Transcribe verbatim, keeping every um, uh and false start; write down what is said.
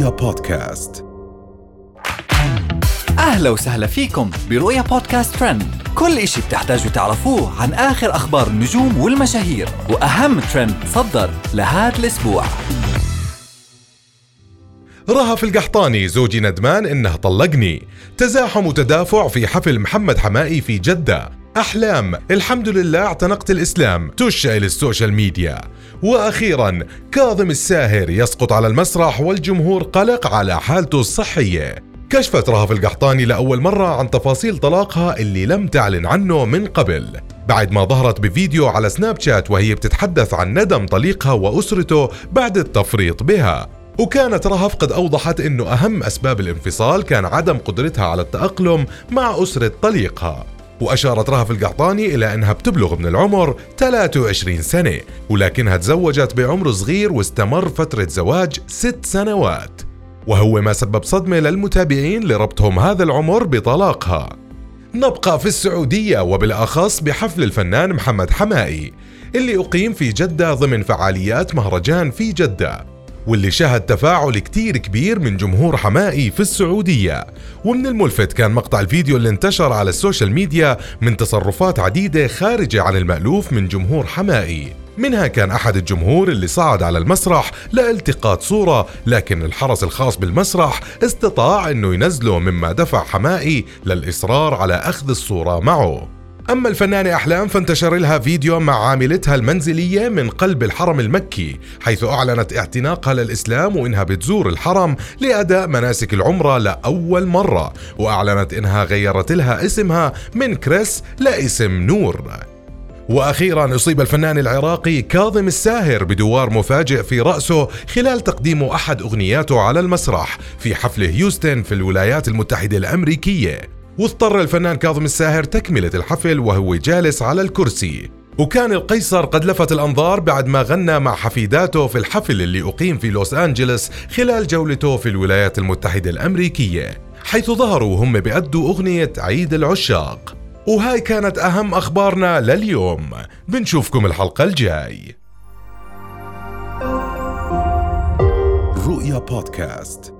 رؤيا بودكاست. أهلا وسهلا فيكم برؤيا بودكاست ترند. كل إشي بتحتاجوا تعرفوه عن آخر أخبار النجوم والمشاهير وأهم ترند صدر لهذا الأسبوع. رهف القحطاني زوجي ندمان إنه طلقني. تزاحم وتدافع في حفل محمد حمائي في جدة. أحلام الحمد لله اعتنقت الإسلام تشعل السوشيال ميديا. وأخيرا كاظم الساهر يسقط على المسرح والجمهور قلق على حالته الصحية. كشفت رهف القحطاني لأول مرة عن تفاصيل طلاقها اللي لم تعلن عنه من قبل، بعد ما ظهرت بفيديو على سناب شات وهي بتتحدث عن ندم طليقها وأسرته بعد التفريط بها. وكانت رهف قد أوضحت أنه أهم أسباب الانفصال كان عدم قدرتها على التأقلم مع أسرة طليقها. وأشارت رهف القحطاني إلى أنها بتبلغ من العمر ثلاث وعشرين سنة، ولكنها تزوجت بعمر صغير واستمر فترة زواج ست سنوات، وهو ما سبب صدمة للمتابعين لربطهم هذا العمر بطلاقها. نبقى في السعودية وبالأخص بحفل الفنان محمد حمائي اللي أقيم في جدة ضمن فعاليات مهرجان في جدة، واللي شهد تفاعل كتير كبير من جمهور حمائي في السعودية. ومن الملفت كان مقطع الفيديو اللي انتشر على السوشيال ميديا من تصرفات عديدة خارجة عن المألوف من جمهور حمائي. منها كان أحد الجمهور اللي صعد على المسرح لالتقاط صورة، لكن الحرس الخاص بالمسرح استطاع أنه ينزله، مما دفع حمائي للإصرار على أخذ الصورة معه. أما الفنانة أحلام فانتشر لها فيديو مع عاملتها المنزلية من قلب الحرم المكي، حيث أعلنت اعتناقها للإسلام وإنها بتزور الحرم لأداء مناسك العمرة لأول مرة، وأعلنت إنها غيرت لها اسمها من كريس لاسم نور. وأخيرا أصيب الفنان العراقي كاظم الساهر بدوار مفاجئ في رأسه خلال تقديمه أحد أغنياته على المسرح في حفل هيوستن في الولايات المتحدة الأمريكية. واضطر الفنان كاظم الساهر تكملة الحفل وهو جالس على الكرسي. وكان القيصر قد لفت الأنظار بعد ما غنى مع حفيداته في الحفل اللي أقيم في لوس أنجلوس خلال جولته في الولايات المتحدة الأمريكية، حيث ظهروا وهم بيأدوا أغنية عيد العشاق. وهاي كانت أهم أخبارنا لليوم. بنشوفكم الحلقة الجاي. رؤيا بودكاست.